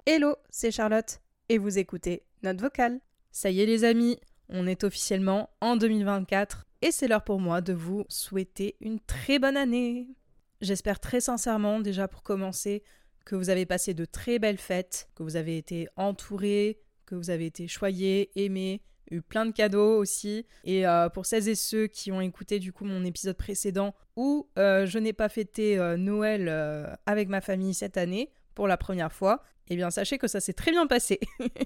Hello, c'est Charlotte et vous écoutez Note vocale. Ça y est les amis, on est officiellement en 2024 et c'est l'heure pour moi de vous souhaiter une très bonne année. J'espère très sincèrement déjà pour commencer que vous avez passé de très belles fêtes, que vous avez été entourés, que vous avez été choyés, aimés, eu plein de cadeaux aussi. Et pour celles et ceux qui ont écouté du coup mon épisode précédent où je n'ai pas fêté Noël avec ma famille cette année pour la première fois, eh bien sachez que ça s'est très bien passé.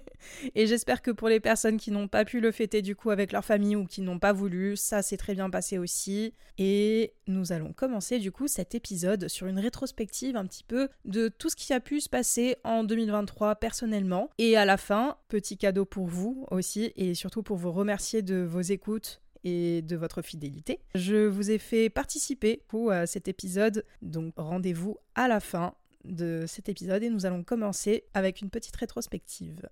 Et j'espère que pour les personnes qui n'ont pas pu le fêter du coup avec leur famille ou qui n'ont pas voulu, ça s'est très bien passé aussi. Et nous allons commencer du coup cet épisode sur une rétrospective un petit peu de tout ce qui a pu se passer en 2023 personnellement. Et à la fin, petit cadeau pour vous aussi et surtout pour vous remercier de vos écoutes et de votre fidélité. Je vous ai fait participer à cet épisode, donc rendez-vous à la fin de cet épisode et nous allons commencer avec une petite rétrospective.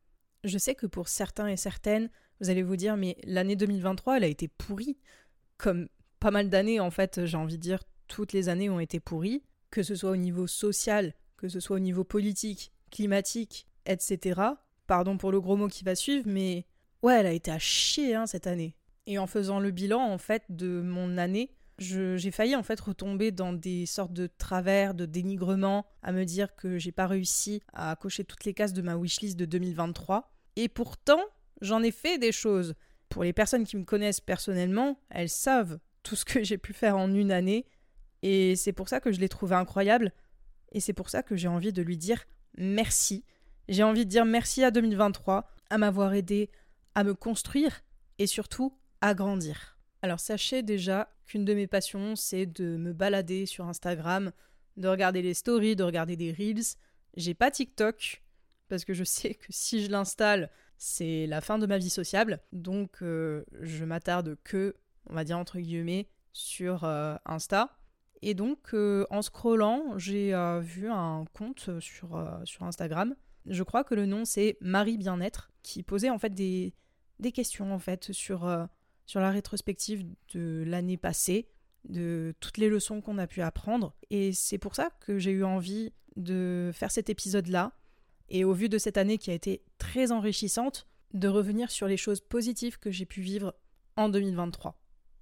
Je sais que pour certains et certaines, vous allez vous dire mais l'année 2023 elle a été pourrie, comme pas mal d'années en fait, j'ai envie de dire toutes les années ont été pourries, que ce soit au niveau social, que ce soit au niveau politique, climatique, etc. Pardon pour le gros mot qui va suivre, mais ouais elle a été à chier cette année. Et en faisant le bilan en fait de mon année, j'ai failli en fait retomber dans des sortes de travers, de dénigrement, à me dire que j'ai pas réussi à cocher toutes les cases de ma wishlist de 2023. Et pourtant, j'en ai fait des choses. Pour les personnes qui me connaissent personnellement, elles savent tout ce que j'ai pu faire en une année. Et c'est pour ça que je l'ai trouvé incroyable. Et c'est pour ça que j'ai envie de lui dire merci. J'ai envie de dire merci à 2023, à m'avoir aidé à me construire et surtout à grandir. Alors sachez déjà qu'une de mes passions, c'est de me balader sur Instagram, de regarder les stories, de regarder des reels. J'ai pas TikTok, parce que je sais que si je l'installe, c'est la fin de ma vie sociable. Donc je m'attarde que, on va dire entre guillemets, sur Insta. Et donc en scrollant, j'ai vu un compte sur Instagram. Je crois que le nom c'est Marie Bien-être, qui posait en fait des questions en fait sur la rétrospective de l'année passée, de toutes les leçons qu'on a pu apprendre. Et c'est pour ça que j'ai eu envie de faire cet épisode-là. Et au vu de cette année qui a été très enrichissante, de revenir sur les choses positives que j'ai pu vivre en 2023.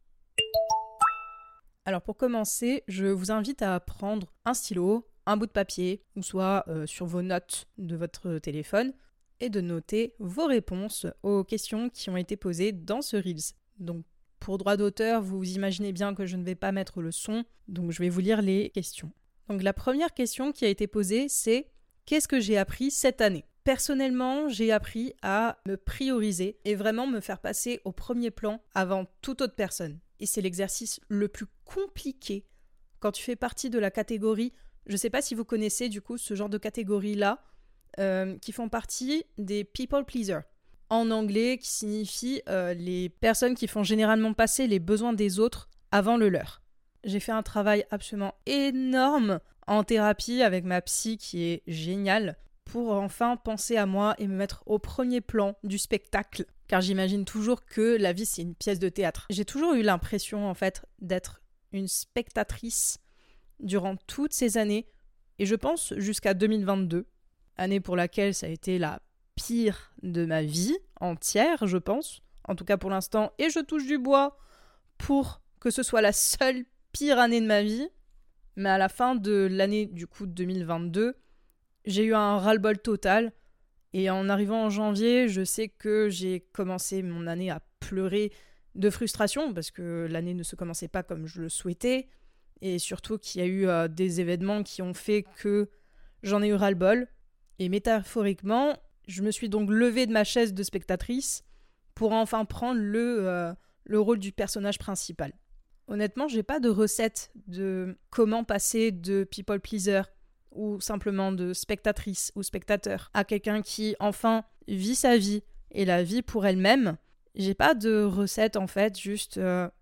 Alors pour commencer, je vous invite à prendre un stylo, un bout de papier, ou soit sur vos notes de votre téléphone, et de noter vos réponses aux questions qui ont été posées dans ce Reels. Donc, pour droit d'auteur, vous imaginez bien que je ne vais pas mettre le son, donc je vais vous lire les questions. Donc, la première question qui a été posée, c'est « Qu'est-ce que j'ai appris cette année ?» Personnellement, j'ai appris à me prioriser et vraiment me faire passer au premier plan avant toute autre personne. Et c'est l'exercice le plus compliqué quand tu fais partie de la catégorie, je ne sais pas si vous connaissez du coup ce genre de catégorie-là, qui font partie des people pleasers. En anglais, qui signifie les personnes qui font généralement passer les besoins des autres avant le leur. J'ai fait un travail absolument énorme en thérapie avec ma psy qui est géniale pour enfin penser à moi et me mettre au premier plan du spectacle. Car j'imagine toujours que la vie c'est une pièce de théâtre. J'ai toujours eu l'impression en fait d'être une spectatrice durant toutes ces années et je pense jusqu'à 2022, année pour laquelle ça a été la pire de ma vie entière, je pense, en tout cas pour l'instant, et je touche du bois pour que ce soit la seule pire année de ma vie. Mais à la fin de l'année du coup 2022, j'ai eu un ras-le-bol total, et en arrivant en janvier, je sais que j'ai commencé mon année à pleurer de frustration, parce que l'année ne se commençait pas comme je le souhaitais, et surtout qu'il y a eu des événements qui ont fait que j'en ai eu ras-le-bol, et métaphoriquement, je me suis donc levée de ma chaise de spectatrice pour enfin prendre le rôle du personnage principal. Honnêtement, j'ai pas de recette de comment passer de people pleaser ou simplement de spectatrice ou spectateur à quelqu'un qui enfin vit sa vie et la vie pour elle-même. J'ai pas de recette en fait, juste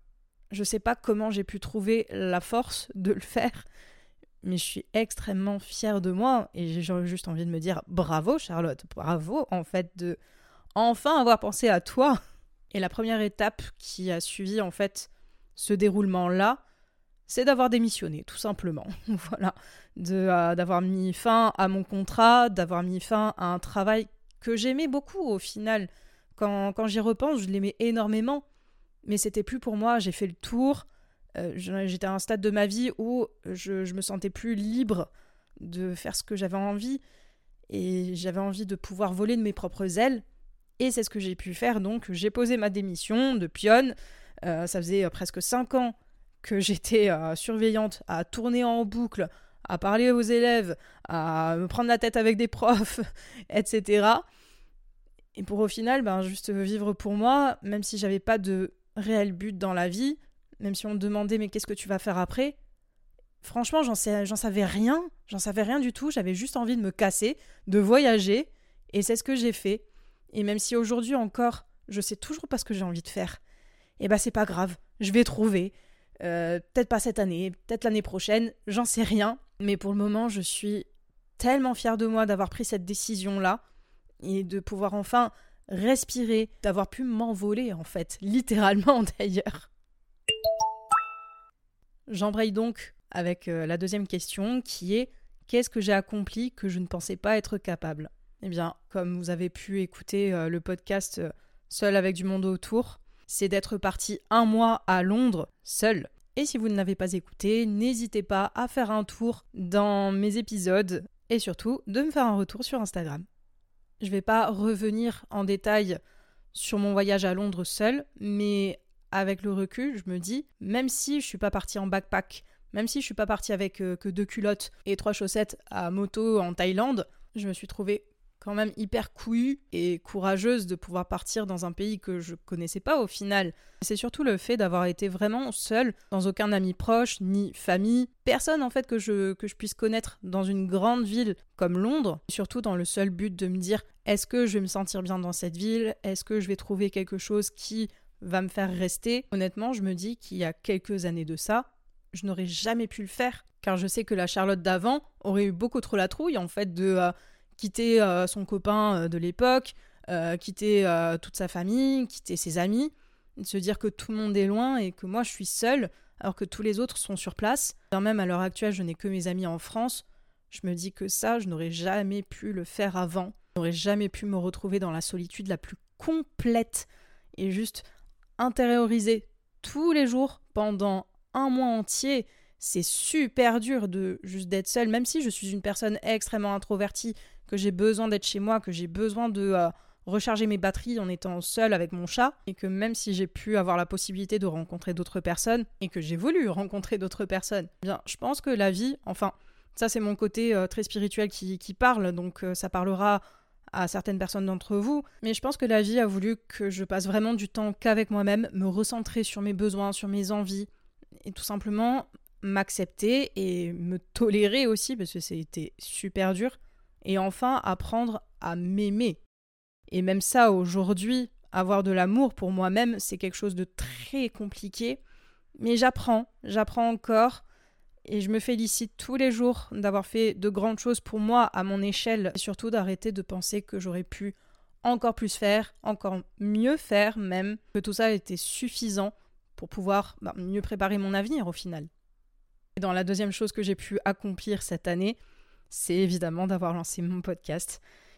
je sais pas comment j'ai pu trouver la force de le faire. Mais je suis extrêmement fière de moi et j'ai juste envie de me dire bravo Charlotte, bravo en fait de enfin avoir pensé à toi. Et la première étape qui a suivi en fait ce déroulement-là, c'est d'avoir démissionné, tout simplement. Voilà, d'avoir mis fin à mon contrat, d'avoir mis fin à un travail que j'aimais beaucoup au final. Quand j'y repense, je l'aimais énormément, mais c'était plus pour moi, j'ai fait le tour. J'étais à un stade de ma vie où je me sentais plus libre de faire ce que j'avais envie, et j'avais envie de pouvoir voler de mes propres ailes, et c'est ce que j'ai pu faire. Donc j'ai posé ma démission de pionne. Ça faisait presque 5 ans que j'étais surveillante, à tourner en boucle, à parler aux élèves, à me prendre la tête avec des profs, etc. Et pour au final, juste vivre pour moi, même si j'avais pas de réel but dans la vie, même si on me demandait mais qu'est-ce que tu vas faire après ? Franchement, j'en savais rien du tout, j'avais juste envie de me casser, de voyager, et c'est ce que j'ai fait. Et même si aujourd'hui encore, je sais toujours pas ce que j'ai envie de faire, c'est pas grave, je vais trouver. Peut-être pas cette année, peut-être l'année prochaine, j'en sais rien. Mais pour le moment, je suis tellement fière de moi d'avoir pris cette décision-là et de pouvoir enfin respirer, d'avoir pu m'envoler en fait, littéralement d'ailleurs. J'embraye donc avec la deuxième question qui est « Qu'est-ce que j'ai accompli que je ne pensais pas être capable ?» Eh bien, comme vous avez pu écouter le podcast Seul avec du monde autour, c'est d'être partie 1 mois à Londres, seule. Et si vous ne l'avez pas écouté, n'hésitez pas à faire un tour dans mes épisodes et surtout de me faire un retour sur Instagram. Je ne vais pas revenir en détail sur mon voyage à Londres seule, mais avec le recul, je me dis, même si je ne suis pas partie en backpack, même si je ne suis pas partie avec que 2 culottes et 3 chaussettes à moto en Thaïlande, je me suis trouvée quand même hyper couillue et courageuse de pouvoir partir dans un pays que je connaissais pas au final. C'est surtout le fait d'avoir été vraiment seule, sans aucun ami proche, ni famille, personne en fait que je puisse connaître dans une grande ville comme Londres, surtout dans le seul but de me dire est-ce que je vais me sentir bien dans cette ville, est-ce que je vais trouver quelque chose qui va me faire rester. Honnêtement, je me dis qu'il y a quelques années de ça, je n'aurais jamais pu le faire, car je sais que la Charlotte d'avant aurait eu beaucoup trop la trouille en fait de quitter son copain de l'époque, quitter toute sa famille, quitter ses amis, de se dire que tout le monde est loin et que moi je suis seule alors que tous les autres sont sur place. Même à l'heure actuelle, je n'ai que mes amis en France. Je me dis que ça, je n'aurais jamais pu le faire avant. Je n'aurais jamais pu me retrouver dans la solitude la plus complète et juste intérioriser tous les jours pendant 1 mois entier. C'est super dur de juste d'être seule, même si je suis une personne extrêmement introvertie, que j'ai besoin d'être chez moi, que j'ai besoin de recharger mes batteries en étant seule avec mon chat, et que même si j'ai pu avoir la possibilité de rencontrer d'autres personnes, et que j'ai voulu rencontrer d'autres personnes, je pense que la vie, enfin, ça c'est mon côté très spirituel qui parle, donc ça parlera à certaines personnes d'entre vous, mais je pense que la vie a voulu que je passe vraiment du temps qu'avec moi-même, me recentrer sur mes besoins, sur mes envies, et tout simplement m'accepter et me tolérer aussi, parce que c'était super dur, et enfin apprendre à m'aimer. Et même ça, aujourd'hui, avoir de l'amour pour moi-même, c'est quelque chose de très compliqué, mais j'apprends encore, et je me félicite tous les jours d'avoir fait de grandes choses pour moi à mon échelle, et surtout d'arrêter de penser que j'aurais pu encore plus faire, encore mieux faire même, que tout ça était suffisant pour pouvoir mieux préparer mon avenir au final. Et dans la deuxième chose que j'ai pu accomplir cette année, c'est évidemment d'avoir lancé mon podcast.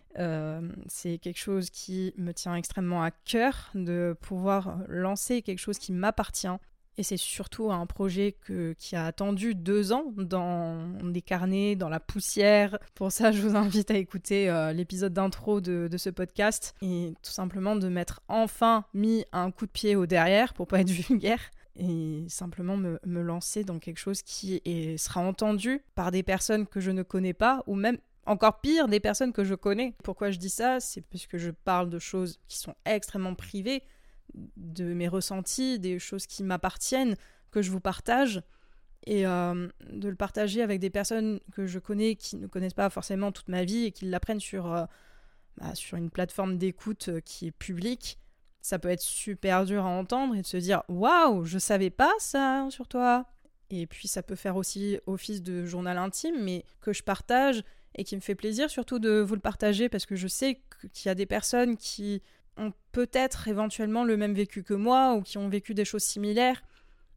C'est quelque chose qui me tient extrêmement à cœur, de pouvoir lancer quelque chose qui m'appartient. Et c'est surtout un projet qui a attendu 2 ans dans des carnets, dans la poussière. Pour ça, je vous invite à écouter l'épisode d'intro de ce podcast et tout simplement de m'être enfin mis un coup de pied au derrière pour pas être vulgaire. Et simplement me lancer dans quelque chose qui sera entendu par des personnes que je ne connais pas, ou même encore pire, des personnes que je connais. Pourquoi je dis ça ? C'est parce que je parle de choses qui sont extrêmement privées, de mes ressentis, des choses qui m'appartiennent, que je vous partage, et de le partager avec des personnes que je connais, qui ne connaissent pas forcément toute ma vie, et qui l'apprennent sur une plateforme d'écoute qui est publique. Ça peut être super dur à entendre et de se dire « Waouh, je savais pas ça sur toi !» Et puis ça peut faire aussi office de journal intime, mais que je partage et qui me fait plaisir surtout de vous le partager, parce que je sais qu'il y a des personnes qui ont peut-être éventuellement le même vécu que moi, ou qui ont vécu des choses similaires,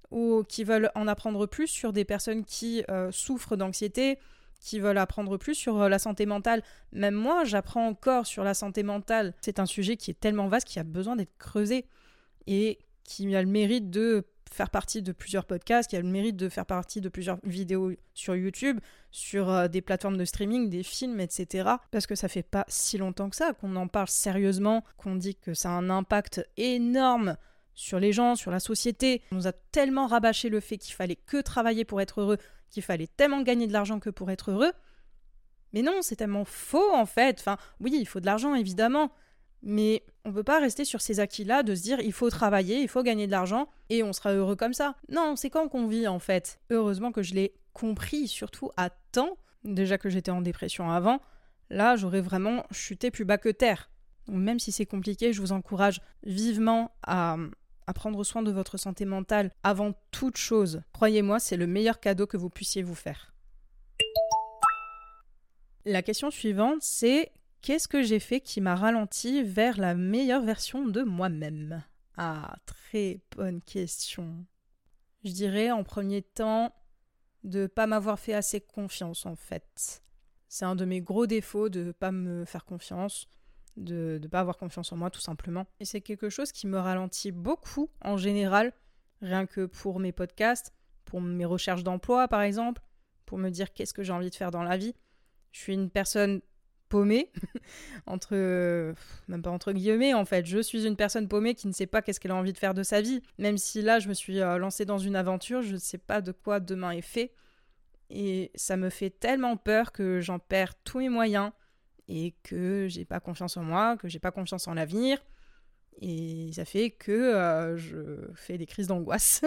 ou qui veulent en apprendre plus sur des personnes qui souffrent d'anxiété, qui veulent apprendre plus sur la santé mentale. Même moi, j'apprends encore sur la santé mentale. C'est un sujet qui est tellement vaste qui a besoin d'être creusé et qui a le mérite de faire partie de plusieurs podcasts, qui a le mérite de faire partie de plusieurs vidéos sur YouTube, sur des plateformes de streaming, des films, etc. Parce que ça fait pas si longtemps que ça qu'on en parle sérieusement, qu'on dit que ça a un impact énorme sur les gens, sur la société. On nous a tellement rabâché le fait qu'il fallait que travailler pour être heureux, qu'il fallait tellement gagner de l'argent que pour être heureux. Mais non, c'est tellement faux en fait. Enfin, oui, il faut de l'argent évidemment, mais on ne peut pas rester sur ces acquis-là de se dire il faut travailler, il faut gagner de l'argent et on sera heureux comme ça. Non, c'est quand qu'on vit en fait. Heureusement que je l'ai compris, surtout à temps. Déjà que j'étais en dépression avant, là j'aurais vraiment chuté plus bas que terre. Donc même si c'est compliqué, je vous encourage vivement à prendre soin de votre santé mentale avant toute chose. Croyez-moi, c'est le meilleur cadeau que vous puissiez vous faire. La question suivante, c'est qu'est-ce que j'ai fait qui m'a ralenti vers la meilleure version de moi-même? Ah, très bonne question. Je dirais en premier temps de ne pas m'avoir fait assez confiance en fait. C'est un de mes gros défauts de ne pas me faire confiance, de ne pas avoir confiance en moi tout simplement. Et c'est quelque chose qui me ralentit beaucoup en général, rien que pour mes podcasts, pour mes recherches d'emploi par exemple, pour me dire qu'est-ce que j'ai envie de faire dans la vie. Je suis une personne paumée, même pas entre guillemets en fait, je suis une personne paumée qui ne sait pas qu'est-ce qu'elle a envie de faire de sa vie. Même si là je me suis lancée dans une aventure, je ne sais pas de quoi demain est fait. Et ça me fait tellement peur que j'en perds tous mes moyens et que j'ai pas confiance en moi, que j'ai pas confiance en l'avenir. Et ça fait que je fais des crises d'angoisse.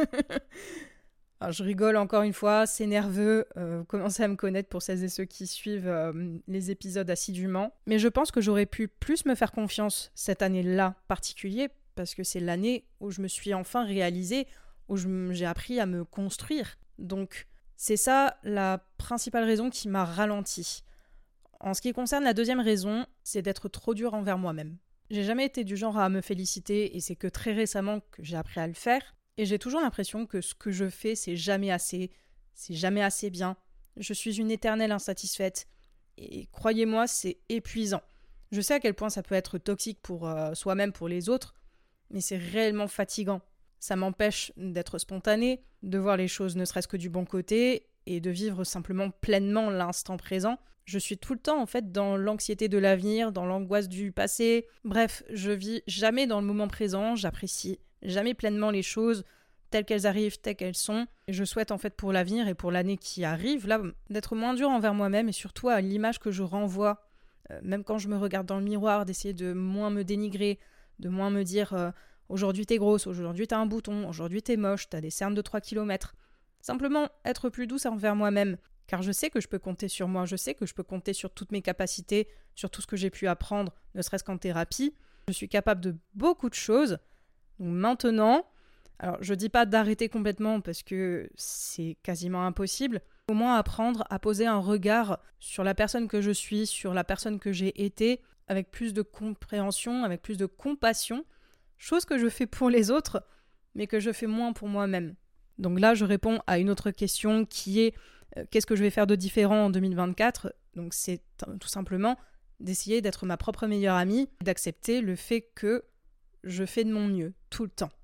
Alors, je rigole encore une fois, c'est nerveux, vous commencez à me connaître pour celles et ceux qui suivent les épisodes assidûment. Mais je pense que j'aurais pu plus me faire confiance cette année-là particulier, parce que c'est l'année où je me suis enfin réalisée, où j'ai appris à me construire. Donc c'est ça la principale raison qui m'a ralenti. En ce qui concerne la deuxième raison, c'est d'être trop dur envers moi-même. J'ai jamais été du genre à me féliciter et c'est que très récemment que j'ai appris à le faire. Et j'ai toujours l'impression que ce que je fais, c'est jamais assez bien. Je suis une éternelle insatisfaite. Et croyez-moi, c'est épuisant. Je sais à quel point ça peut être toxique pour soi-même, pour les autres, mais c'est réellement fatigant. Ça m'empêche d'être spontanée, de voir les choses ne serait-ce que du bon côté, et de vivre simplement pleinement l'instant présent. Je suis tout le temps en fait dans l'anxiété de l'avenir, dans l'angoisse du passé. Bref, je vis jamais dans le moment présent, j'apprécie jamais pleinement les choses telles qu'elles arrivent, telles qu'elles sont. Et je souhaite en fait pour l'avenir et pour l'année qui arrive, là, d'être moins dur envers moi-même et surtout à l'image que je renvoie. Même quand je me regarde dans le miroir, d'essayer de moins me dénigrer, de moins me dire aujourd'hui t'es grosse, aujourd'hui t'as un bouton, aujourd'hui t'es moche, t'as des cernes de 3 km. Simplement être plus douce envers moi-même. Car je sais que je peux compter sur moi, je sais que je peux compter sur toutes mes capacités, sur tout ce que j'ai pu apprendre, ne serait-ce qu'en thérapie. Je suis capable de beaucoup de choses. Donc maintenant, alors je dis pas d'arrêter complètement parce que c'est quasiment impossible, au moins apprendre à poser un regard sur la personne que je suis, sur la personne que j'ai été, avec plus de compréhension, avec plus de compassion, chose que je fais pour les autres, mais que je fais moins pour moi-même. Donc là, je réponds à une autre question qui est qu'est-ce que je vais faire de différent en 2024 ? Donc c'est tout simplement d'essayer d'être ma propre meilleure amie, d'accepter le fait que je fais de mon mieux, tout le temps.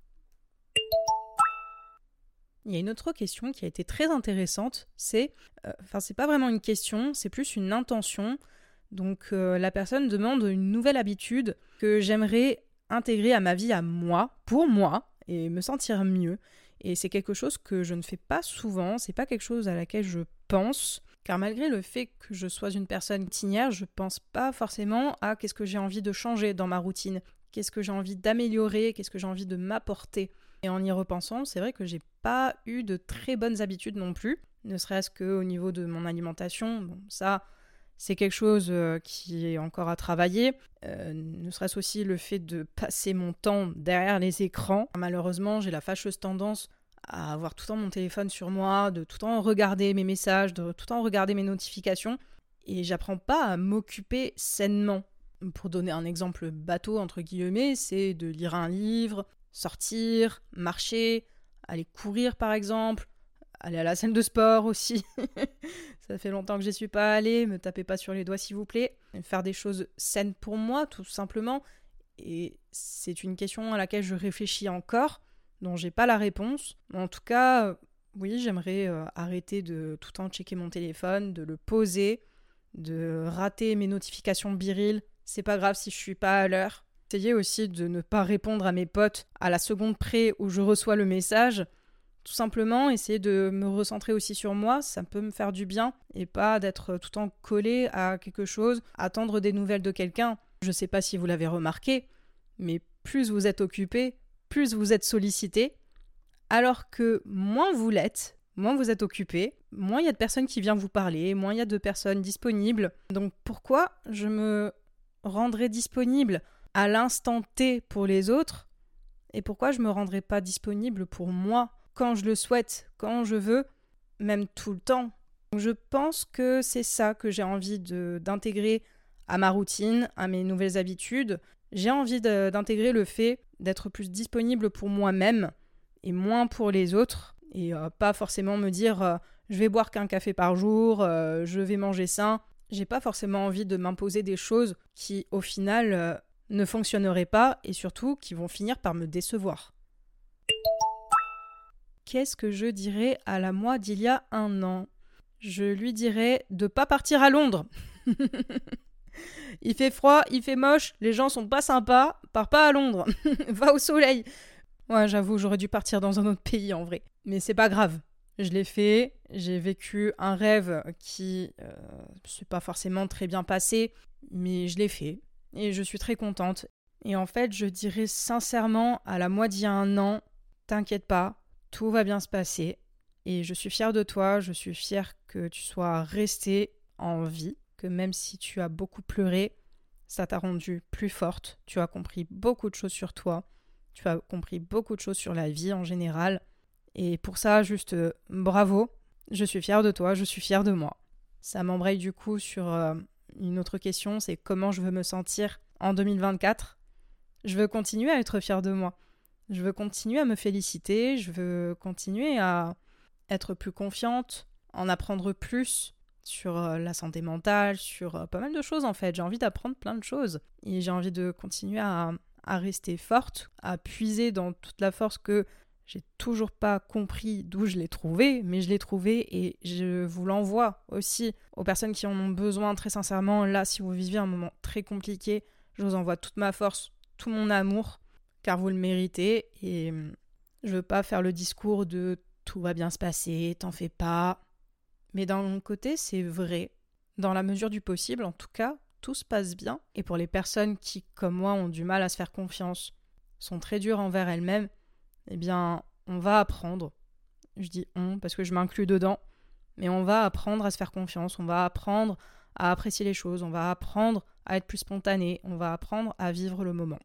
Il y a une autre question qui a été très intéressante, c'est pas vraiment une question, c'est plus une intention. Donc la personne demande une nouvelle habitude que j'aimerais intégrer à ma vie à moi, pour moi, et me sentir mieux. Et c'est quelque chose que je ne fais pas souvent, c'est pas quelque chose à laquelle je pense, car malgré le fait que je sois une personne routinière, je pense pas forcément à qu'est-ce que j'ai envie de changer dans ma routine, qu'est-ce que j'ai envie d'améliorer, qu'est-ce que j'ai envie de m'apporter. Et en y repensant, c'est vrai que j'ai pas eu de très bonnes habitudes non plus, ne serait-ce qu'au niveau de mon alimentation. Bon, ça, c'est quelque chose qui est encore à travailler, ne serait-ce aussi le fait de passer mon temps derrière les écrans. Malheureusement, j'ai la fâcheuse tendance à avoir tout le temps mon téléphone sur moi, de tout le temps regarder mes messages, de tout le temps regarder mes notifications, et j'apprends pas à m'occuper sainement. Pour donner un exemple bateau, entre guillemets, c'est de lire un livre, sortir, marcher, aller courir par exemple, aller à la salle de sport aussi. Ça fait longtemps que j'y suis pas allée, me tapez pas sur les doigts s'il vous plaît. Faire des choses saines pour moi tout simplement. Et c'est une question à laquelle je réfléchis encore, dont j'ai pas la réponse. En tout cas, oui, j'aimerais arrêter de tout le temps checker mon téléphone, de le poser, de rater mes notifications Biril. C'est pas grave si je suis pas à l'heure. Essayer aussi de ne pas répondre à mes potes à la seconde près où je reçois le message. Tout simplement, essayer de me recentrer aussi sur moi, ça peut me faire du bien et pas d'être tout le temps collé à quelque chose, attendre des nouvelles de quelqu'un. Je sais pas si vous l'avez remarqué, mais plus vous êtes occupé, plus vous êtes sollicité, alors que moins vous l'êtes, moins vous êtes occupé, moins il y a de personnes qui viennent vous parler, moins il y a de personnes disponibles. Donc pourquoi je me rendrais disponible à l'instant T pour les autres et pourquoi je me rendrais pas disponible pour moi quand je le souhaite, quand je veux, même tout le temps. Donc je pense que c'est ça que j'ai envie d'intégrer à ma routine, à mes nouvelles habitudes. J'ai envie d'intégrer le fait d'être plus disponible pour moi-même et moins pour les autres. Et pas forcément me dire je vais boire qu'un café par jour, je vais manger sain. J'ai pas forcément envie de m'imposer des choses qui, au final, ne fonctionneraient pas et surtout qui vont finir par me décevoir. Qu'est-ce que je dirais à la moi d'il y a 1 an ? Je lui dirais de pas partir à Londres. Il fait froid, il fait moche, les gens sont pas sympas, pars pas à Londres, va au soleil. Ouais, j'avoue, j'aurais dû partir dans un autre pays en vrai. Mais c'est pas grave, je l'ai fait, j'ai vécu un rêve qui s'est pas forcément très bien passé, mais je l'ai fait et je suis très contente. Et en fait, je dirais sincèrement à la moi d'il y a 1 an, t'inquiète pas, tout va bien se passer et je suis fière de toi, je suis fière que tu sois restée en vie, que même si tu as beaucoup pleuré, ça t'a rendue plus forte, tu as compris beaucoup de choses sur toi, tu as compris beaucoup de choses sur la vie en général et pour ça, juste bravo, je suis fière de toi, je suis fière de moi. Ça m'embraye du coup sur une autre question, c'est comment je veux me sentir en 2024. Je veux continuer à être fière de moi. Je veux continuer à me féliciter, je veux continuer à être plus confiante, en apprendre plus sur la santé mentale, sur pas mal de choses en fait. J'ai envie d'apprendre plein de choses et j'ai envie de continuer à rester forte, à puiser dans toute la force que j'ai toujours pas compris d'où je l'ai trouvée, mais je l'ai trouvée et je vous l'envoie aussi aux personnes qui en ont besoin très sincèrement. Là, si vous vivez un moment très compliqué, je vous envoie toute ma force, tout mon amour, car vous le méritez et je veux pas faire le discours de tout va bien se passer, t'en fais pas. Mais d'un autre côté, c'est vrai. Dans la mesure du possible, en tout cas, tout se passe bien. Et pour les personnes qui, comme moi, ont du mal à se faire confiance, sont très dures envers elles-mêmes, eh bien, on va apprendre. Je dis on parce que je m'inclus dedans. Mais on va apprendre à se faire confiance, on va apprendre à apprécier les choses, on va apprendre à être plus spontané, on va apprendre à vivre le moment.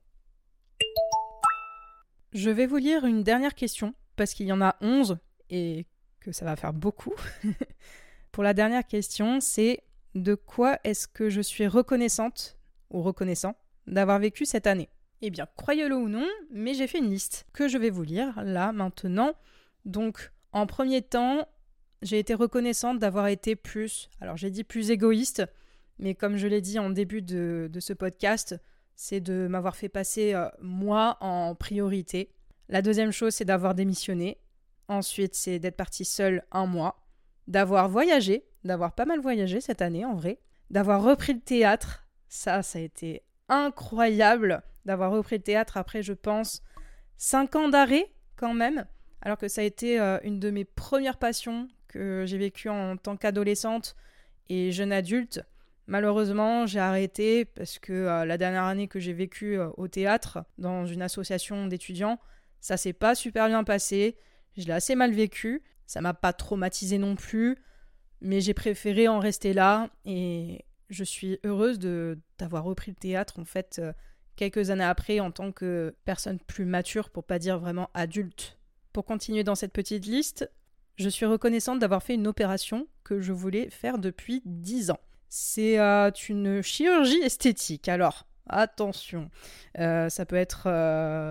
Je vais vous lire une dernière question, parce qu'il y en a 11 et que ça va faire beaucoup. Pour la dernière question, c'est de quoi est-ce que je suis reconnaissante ou reconnaissant d'avoir vécu cette année ? Eh bien, croyez-le ou non, mais j'ai fait une liste que je vais vous lire là, maintenant. Donc, en premier temps, j'ai été reconnaissante d'avoir été plus, alors j'ai dit plus égoïste, mais comme je l'ai dit en début de ce podcast, c'est de m'avoir fait passer moi en priorité. La deuxième chose, c'est d'avoir démissionné. Ensuite, c'est d'être partie seule 1 mois. D'avoir voyagé, d'avoir pas mal voyagé cette année en vrai. D'avoir repris le théâtre. Ça a été incroyable d'avoir repris le théâtre après, je pense, 5 ans d'arrêt quand même. Alors que ça a été une de mes premières passions que j'ai vécues en tant qu'adolescente et jeune adulte. Malheureusement, j'ai arrêté parce que la dernière année que j'ai vécue au théâtre, dans une association d'étudiants, ça s'est pas super bien passé. Je l'ai assez mal vécu. Ça m'a pas traumatisée non plus, mais j'ai préféré en rester là et je suis heureuse d'avoir repris le théâtre en fait quelques années après en tant que personne plus mature, pour pas dire vraiment adulte. Pour continuer dans cette petite liste, je suis reconnaissante d'avoir fait une opération que je voulais faire depuis 10 ans. C'est une chirurgie esthétique. Alors, attention, ça peut être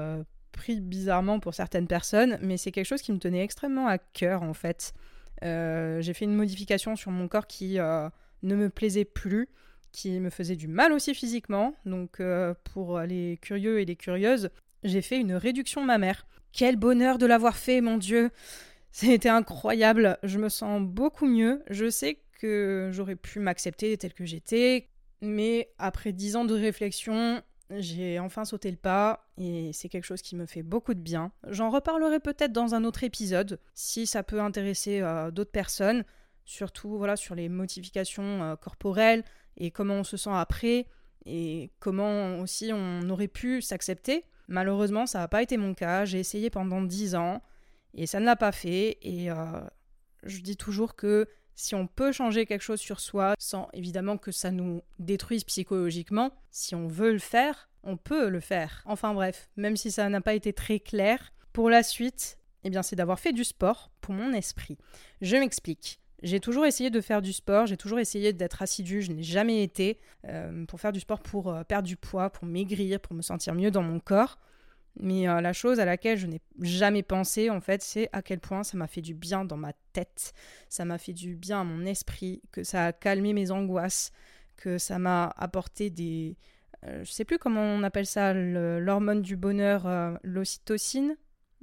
pris bizarrement pour certaines personnes, mais c'est quelque chose qui me tenait extrêmement à cœur en fait. J'ai fait une modification sur mon corps qui ne me plaisait plus, qui me faisait du mal aussi physiquement. Donc pour les curieux et les curieuses, j'ai fait une réduction mammaire. Quel bonheur de l'avoir fait, mon Dieu! C'était incroyable, je me sens beaucoup mieux. Je sais que j'aurais pu m'accepter telle que j'étais, mais après 10 ans de réflexion, j'ai enfin sauté le pas et c'est quelque chose qui me fait beaucoup de bien. J'en reparlerai peut-être dans un autre épisode, si ça peut intéresser d'autres personnes, surtout voilà, sur les modifications corporelles et comment on se sent après et comment aussi on aurait pu s'accepter. Malheureusement, ça n'a pas été mon cas, j'ai essayé pendant 10 ans. Et ça ne l'a pas fait, et je dis toujours que si on peut changer quelque chose sur soi, sans évidemment que ça nous détruise psychologiquement, si on veut le faire, on peut le faire. Enfin bref, même si ça n'a pas été très clair, pour la suite, eh bien c'est d'avoir fait du sport pour mon esprit. Je m'explique. J'ai toujours essayé de faire du sport, j'ai toujours essayé d'être assidue, je n'ai jamais été pour faire du sport pour perdre du poids, pour maigrir, pour me sentir mieux dans mon corps. Mais la chose à laquelle je n'ai jamais pensé, en fait, c'est à quel point ça m'a fait du bien dans ma tête, ça m'a fait du bien à mon esprit, que ça a calmé mes angoisses, que ça m'a apporté des... je sais plus comment on appelle ça, l'hormone du bonheur, l'ocytocine,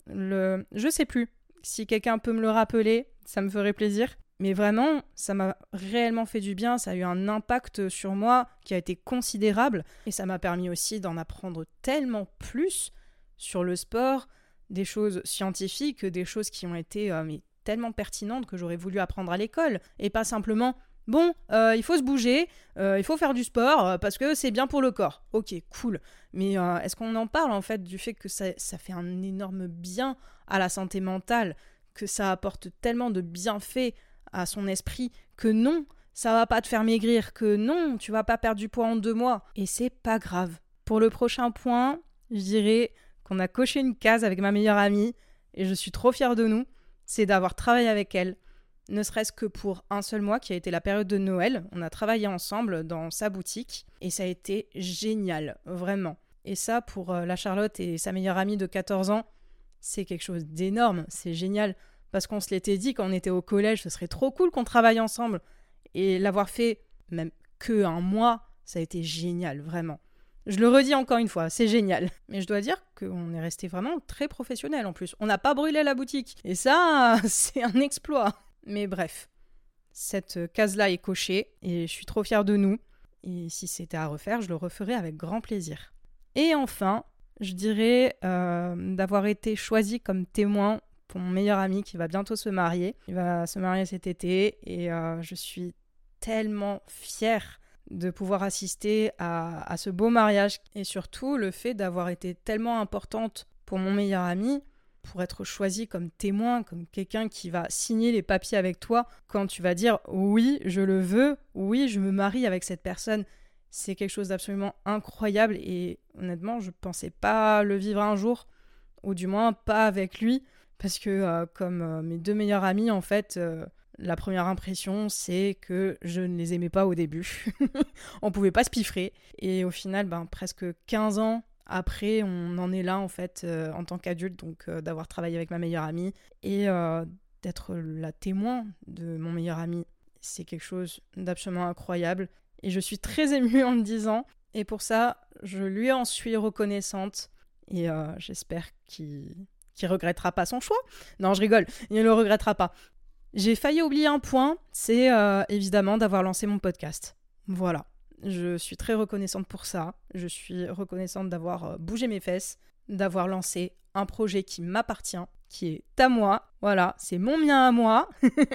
je sais plus. Si quelqu'un peut me le rappeler, ça me ferait plaisir. Mais vraiment, ça m'a réellement fait du bien, ça a eu un impact sur moi qui a été considérable, et ça m'a permis aussi d'en apprendre tellement plus sur le sport, des choses scientifiques, des choses qui ont été mais tellement pertinentes que j'aurais voulu apprendre à l'école, et pas simplement « Bon, il faut se bouger, il faut faire du sport parce que c'est bien pour le corps. » Ok, cool. Mais est-ce qu'on en parle en fait du fait que ça fait un énorme bien à la santé mentale, que ça apporte tellement de bienfaits à son esprit que non, ça va pas te faire maigrir, que non, tu vas pas perdre du poids en 2 mois. Et c'est pas grave. Pour le prochain point, je dirais qu'on a coché une case avec ma meilleure amie, et je suis trop fière de nous, c'est d'avoir travaillé avec elle, ne serait-ce que pour un seul mois qui a été la période de Noël. On a travaillé ensemble dans sa boutique, et ça a été génial, vraiment. Et ça, pour la Charlotte et sa meilleure amie de 14 ans, c'est quelque chose d'énorme, c'est génial, parce qu'on se l'était dit quand on était au collège, ce serait trop cool qu'on travaille ensemble, et l'avoir fait même que un mois, ça a été génial, vraiment. Je le redis encore une fois, c'est génial. Mais je dois dire qu'on est resté vraiment très professionnel en plus. On n'a pas brûlé la boutique. Et ça, c'est un exploit. Mais bref, cette case-là est cochée et je suis trop fière de nous. Et si c'était à refaire, je le referais avec grand plaisir. Et enfin, je dirais d'avoir été choisie comme témoin pour mon meilleur ami qui va bientôt se marier. Il va se marier cet été et je suis tellement fière de pouvoir assister à ce beau mariage, et surtout le fait d'avoir été tellement importante pour mon meilleur ami, pour être choisie comme témoin, comme quelqu'un qui va signer les papiers avec toi quand tu vas dire oui, je le veux, oui, je me marie avec cette personne. C'est quelque chose d'absolument incroyable, et honnêtement, je pensais pas le vivre un jour, ou du moins pas avec lui, parce que comme mes 2 meilleurs amis, en fait... La première impression, c'est que je ne les aimais pas au début. On pouvait pas se piffrer. Et au final, presque 15 ans après, on en est là, en fait, en tant qu'adulte, donc d'avoir travaillé avec ma meilleure amie et d'être la témoin de mon meilleur ami. C'est quelque chose d'absolument incroyable. Et je suis très émue en le disant. Et pour ça, je lui en suis reconnaissante. Et j'espère qu'il regrettera pas son choix. Non, je rigole, il ne le regrettera pas. J'ai failli oublier un point, c'est évidemment d'avoir lancé mon podcast. Voilà, je suis très reconnaissante pour ça. Je suis reconnaissante d'avoir bougé mes fesses, d'avoir lancé un projet qui m'appartient, qui est à moi. Voilà, c'est mon mien à moi.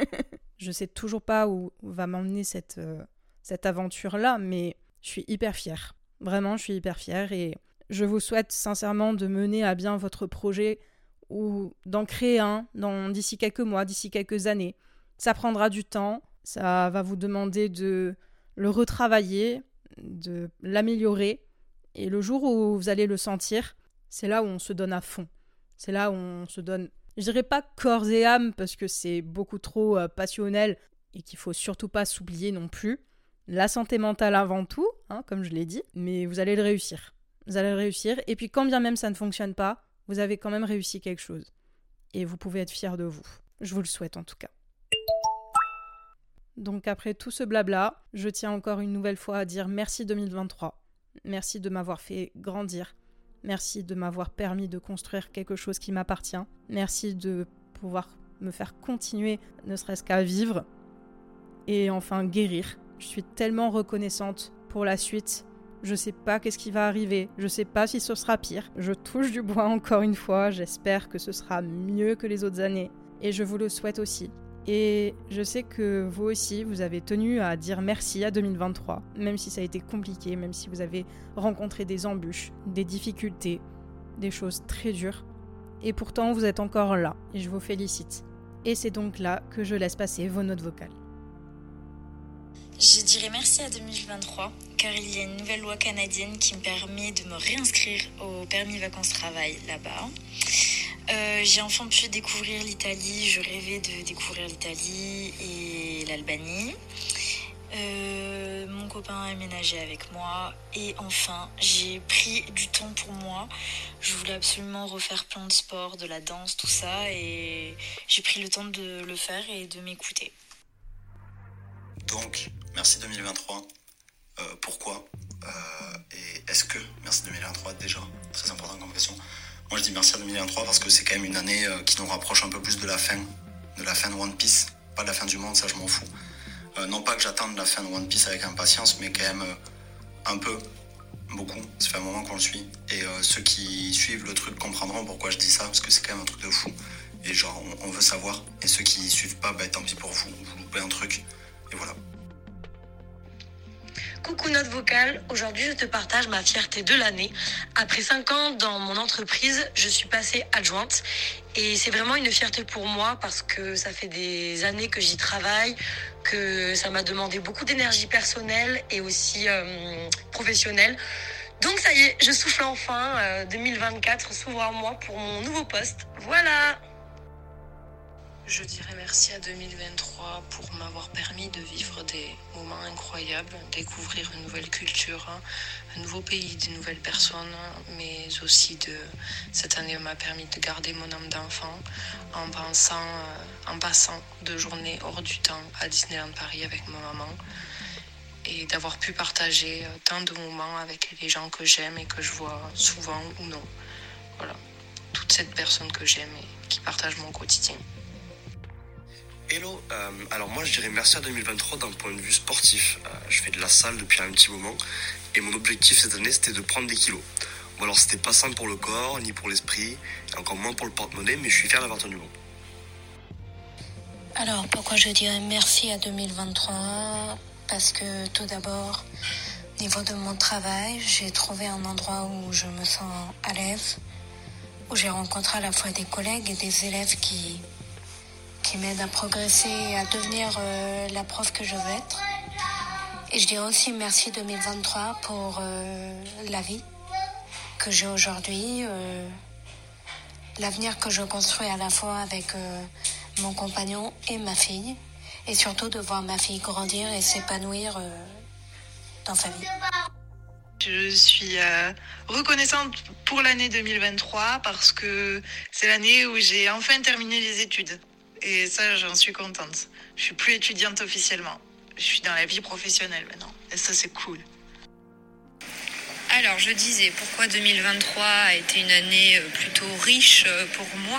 Je sais toujours pas où va m'emmener cette aventure-là, mais je suis hyper fière. Vraiment, je suis hyper fière, et je vous souhaite sincèrement de mener à bien votre projet, ou d'en créer un d'ici quelques mois, d'ici quelques années. Ça prendra du temps, ça va vous demander de le retravailler, de l'améliorer, et le jour où vous allez le sentir, c'est là où on se donne à fond. C'est là où on se donne, je dirais pas corps et âme, parce que c'est beaucoup trop passionnel, et qu'il faut surtout pas s'oublier non plus. La santé mentale avant tout, comme je l'ai dit, mais vous allez le réussir. Vous allez le réussir, et puis quand bien même ça ne fonctionne pas, vous avez quand même réussi quelque chose. Et vous pouvez être fiers de vous. Je vous le souhaite en tout cas. Donc après tout ce blabla, je tiens encore une nouvelle fois à dire merci 2023. Merci de m'avoir fait grandir. Merci de m'avoir permis de construire quelque chose qui m'appartient. Merci de pouvoir me faire continuer, ne serait-ce qu'à vivre. Et enfin guérir. Je suis tellement reconnaissante pour la suite. Je sais pas qu'est-ce qui va arriver. Je sais pas si ce sera pire. Je touche du bois encore une fois. J'espère que ce sera mieux que les autres années. Et je vous le souhaite aussi. Et je sais que vous aussi, vous avez tenu à dire merci à 2023, même si ça a été compliqué, même si vous avez rencontré des embûches, des difficultés, des choses très dures. Et pourtant, vous êtes encore là, et je vous félicite. Et c'est donc là que je laisse passer vos notes vocales. Je dirais merci à 2023, car il y a une nouvelle loi canadienne qui me permet de me réinscrire au permis vacances-travail là-bas. J'ai enfin pu découvrir l'Italie, je rêvais de découvrir l'Italie et l'Albanie. Mon copain a emménagé avec moi et enfin j'ai pris du temps pour moi. Je voulais absolument refaire plein de sports, de la danse, tout ça, et j'ai pris le temps de le faire et de m'écouter. Donc, merci 2023. Pourquoi et est-ce que merci 2023 déjà, très important comme question. Moi je dis merci à 2023 parce que c'est quand même une année qui nous rapproche un peu plus de la fin de One Piece, pas de la fin du monde, ça je m'en fous. Non pas que j'attende la fin de One Piece avec impatience, mais quand même un peu, beaucoup, ça fait un moment qu'on le suit. Et ceux qui suivent le truc comprendront pourquoi je dis ça, parce que c'est quand même un truc de fou. Et genre on veut savoir, et ceux qui suivent pas, bah tant pis pour vous, vous loupez un truc, et voilà. Coucou note vocale, aujourd'hui je te partage ma fierté de l'année. Après 5 ans dans mon entreprise, je suis passée adjointe et c'est vraiment une fierté pour moi parce que ça fait des années que j'y travaille, que ça m'a demandé beaucoup d'énergie personnelle et aussi professionnelle. Donc ça y est, je souffle enfin, 2024 s'ouvre à moi pour mon nouveau poste. Voilà! Je dirais merci à 2023 pour m'avoir permis de vivre des moments incroyables, découvrir une nouvelle culture, un nouveau pays, de nouvelles personnes, mais aussi cette année m'a permis de garder mon âme d'enfant en passant 2 journées hors du temps à Disneyland Paris avec ma maman et d'avoir pu partager tant de moments avec les gens que j'aime et que je vois souvent ou non. Voilà, toute cette personne que j'aime et qui partage mon quotidien. Hello, alors moi je dirais merci à 2023 d'un point de vue sportif. Je fais de la salle depuis un petit moment et mon objectif cette année c'était de prendre des kilos. Bon alors c'était pas simple pour le corps, ni pour l'esprit, et encore moins pour le porte-monnaie, mais je suis fier d'avoir tenu bon. Alors pourquoi je dirais merci à 2023 ? Parce que tout d'abord, au niveau de mon travail, j'ai trouvé un endroit où je me sens à l'aise, où j'ai rencontré à la fois des collègues et des élèves qui m'aident à progresser et à devenir la prof que je veux être. Et je dirais aussi merci 2023 pour la vie que j'ai aujourd'hui, l'avenir que je construis à la fois avec mon compagnon et ma fille, et surtout de voir ma fille grandir et s'épanouir dans sa vie. Je suis reconnaissante pour l'année 2023 parce que c'est l'année où j'ai enfin terminé les études. Et ça, j'en suis contente. Je suis plus étudiante officiellement. Je suis dans la vie professionnelle maintenant. Et ça, c'est cool. Alors, je disais pourquoi 2023 a été une année plutôt riche pour moi.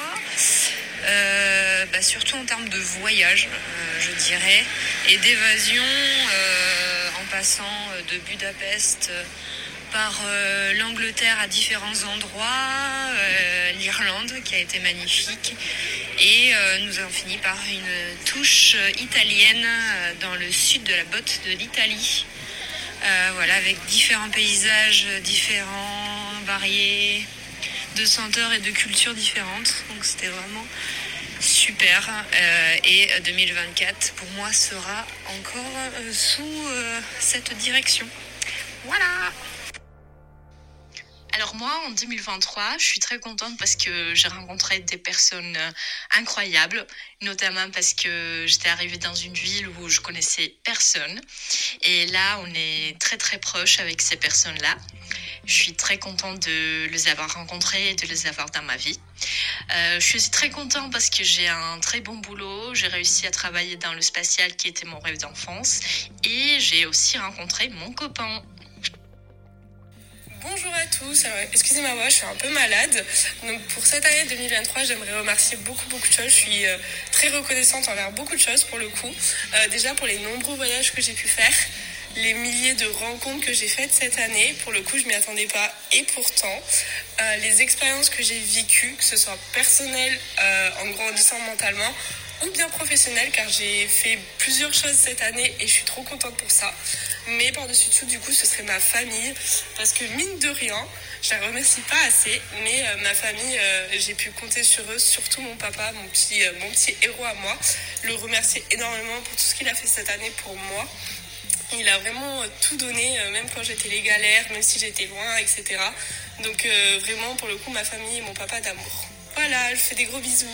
Surtout en termes de voyage, je dirais, et d'évasion, en passant de Budapest par l'Angleterre à différents endroits, l'Irlande qui a été magnifique, et nous avons fini par une touche italienne dans le sud de la botte de l'Italie, avec différents paysages différents, variés, de senteurs et de cultures différentes, donc c'était vraiment super. Et 2024 pour moi sera encore sous cette direction. Voilà. Alors moi, en 2023, je suis très contente parce que j'ai rencontré des personnes incroyables, notamment parce que j'étais arrivée dans une ville où je connaissais personne. Et là, on est très très proches avec ces personnes-là. Je suis très contente de les avoir rencontrés et de les avoir dans ma vie. Je suis aussi très contente parce que j'ai un très bon boulot. J'ai réussi à travailler dans le spatial qui était mon rêve d'enfance. Et j'ai aussi rencontré mon copain. Bonjour à tous, alors excusez ma voix, je suis un peu malade. Donc pour cette année 2023, j'aimerais remercier beaucoup de choses. Je suis très reconnaissante envers beaucoup de choses pour le coup. Déjà pour les nombreux voyages que j'ai pu faire, les milliers de rencontres que j'ai faites cette année. Pour le coup, je m'y attendais pas et pourtant, les expériences que j'ai vécues, que ce soit personnelles en grandissant mentalement ou bien professionnelles, car j'ai fait plusieurs choses cette année et je suis trop contente pour ça. Mais par-dessus tout, du coup, ce serait ma famille. Parce que mine de rien, je la remercie pas assez. Mais ma famille, j'ai pu compter sur eux. Surtout mon papa, mon petit héros à moi. Le remercier énormément pour tout ce qu'il a fait cette année pour moi. Il a vraiment tout donné, même quand j'étais les galères, même si j'étais loin, etc. Donc vraiment, pour le coup, ma famille et mon papa d'amour. Voilà, je fais des gros bisous.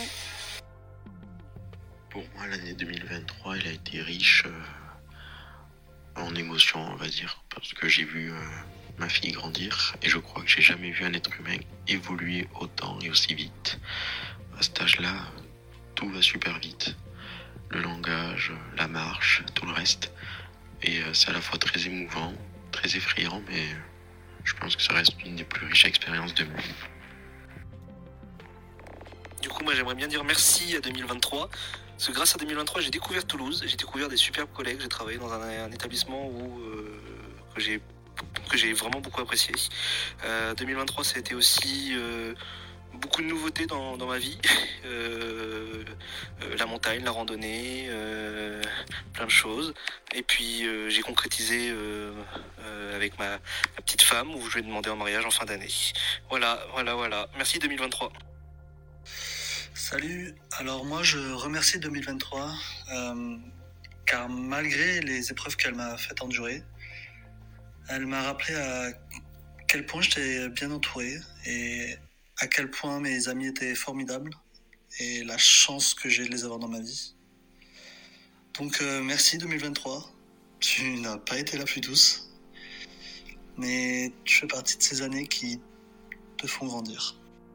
Pour moi, l'année 2023, elle a été riche en émotions, on va dire, parce que j'ai vu ma fille grandir et je crois que j'ai jamais vu un être humain évoluer autant et aussi vite. À cet âge-là, tout va super vite. Le langage, la marche, tout le reste. Et c'est à la fois très émouvant, très effrayant, mais je pense que ça reste une des plus riches expériences de ma vie. Du coup, moi, j'aimerais bien dire merci à 2023. Parce que grâce à 2023, j'ai découvert Toulouse, j'ai découvert des superbes collègues, j'ai travaillé dans un établissement que j'ai vraiment beaucoup apprécié. 2023, ça a été aussi beaucoup de nouveautés dans ma vie. La montagne, la randonnée, plein de choses. Et puis j'ai concrétisé avec ma petite femme où je lui ai demandé en mariage en fin d'année. Voilà. Merci 2023. Salut, alors moi je remercie 2023 car malgré les épreuves qu'elle m'a fait endurer, elle m'a rappelé à quel point j'étais bien entouré et à quel point mes amis étaient formidables et la chance que j'ai de les avoir dans ma vie. Donc merci 2023, tu n'as pas été la plus douce, mais tu fais partie de ces années qui te font grandir.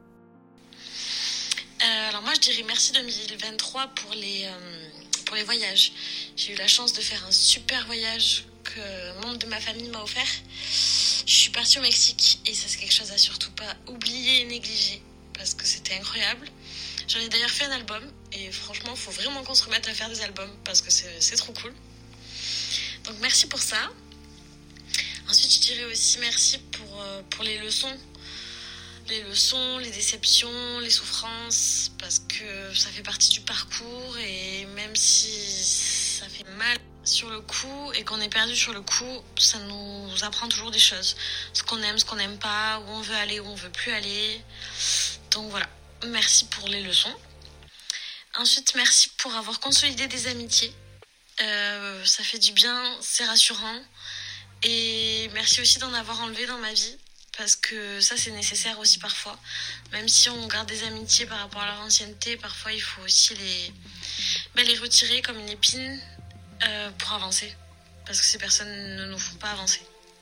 Alors moi je dirais merci 2023 pour les voyages. J'ai eu la chance de faire un super voyage que un membre de ma famille m'a offert. Je suis partie au Mexique et ça c'est quelque chose à surtout pas oublier et négliger parce que c'était incroyable. J'en ai d'ailleurs fait un album et franchement il faut vraiment qu'on se remette à faire des albums parce que c'est trop cool. Donc merci pour ça. Ensuite je dirais aussi merci pour les leçons. Les leçons, les déceptions, les souffrances, parce que ça fait partie du parcours et même si ça fait mal sur le coup et qu'on est perdu sur le coup, ça nous apprend toujours des choses. Ce qu'on aime, ce qu'on n'aime pas, où on veut aller, où on veut plus aller. Donc voilà, merci pour les leçons. Ensuite, merci pour avoir consolidé des amitiés. Ça fait du bien, c'est rassurant. Et merci aussi d'en avoir enlevé dans ma vie. Parce que ça c'est nécessaire aussi parfois. Même si on garde des amitiés par rapport à leur ancienneté, parfois il faut aussi les retirer comme une épine pour avancer. Parce que ces personnes ne nous font pas avancer.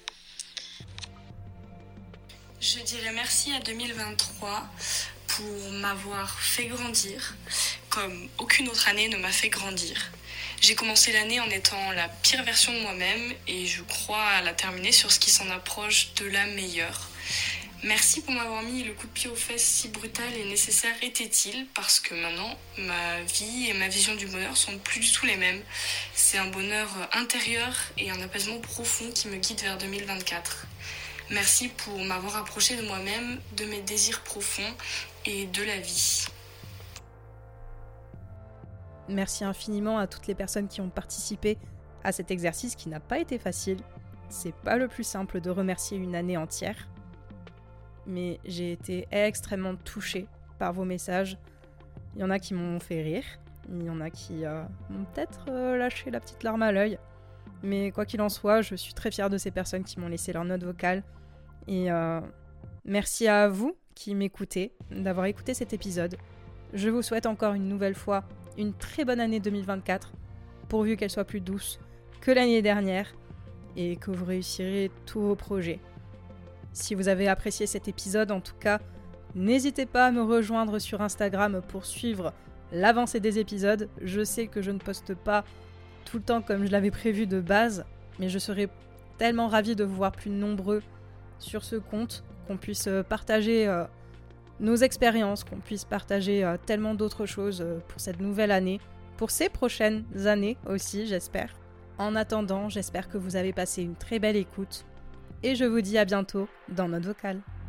Je dirais merci à 2023 pour m'avoir fait grandir, comme aucune autre année ne m'a fait grandir. J'ai commencé l'année en étant la pire version de moi-même et je crois à la terminer sur ce qui s'en approche de la meilleure. Merci pour m'avoir mis le coup de pied aux fesses si brutal et nécessaire était-il parce que maintenant, ma vie et ma vision du bonheur sont plus du tout les mêmes. C'est un bonheur intérieur et un apaisement profond qui me guide vers 2024. Merci pour m'avoir approché de moi-même, de mes désirs profonds et de la vie. Merci infiniment à toutes les personnes qui ont participé à cet exercice qui n'a pas été facile. C'est pas le plus simple de remercier une année entière. Mais j'ai été extrêmement touchée par vos messages. Il y en a qui m'ont fait rire. Il y en a qui m'ont peut-être lâché la petite larme à l'œil. Mais quoi qu'il en soit, je suis très fière de ces personnes qui m'ont laissé leur note vocale. Et merci à vous qui m'écoutez, d'avoir écouté cet épisode. Je vous souhaite encore une nouvelle fois une très bonne année 2024, pourvu qu'elle soit plus douce que l'année dernière et que vous réussirez tous vos projets. Si vous avez apprécié cet épisode, en tout cas, n'hésitez pas à me rejoindre sur Instagram pour suivre l'avancée des épisodes. Je sais que je ne poste pas tout le temps comme je l'avais prévu de base, mais je serais tellement ravie de vous voir plus nombreux sur ce compte, qu'on puisse partager nos expériences, qu'on puisse partager tellement d'autres choses pour cette nouvelle année, pour ces prochaines années aussi, j'espère. En attendant, j'espère que vous avez passé une très belle écoute et je vous dis à bientôt dans Note Vocale.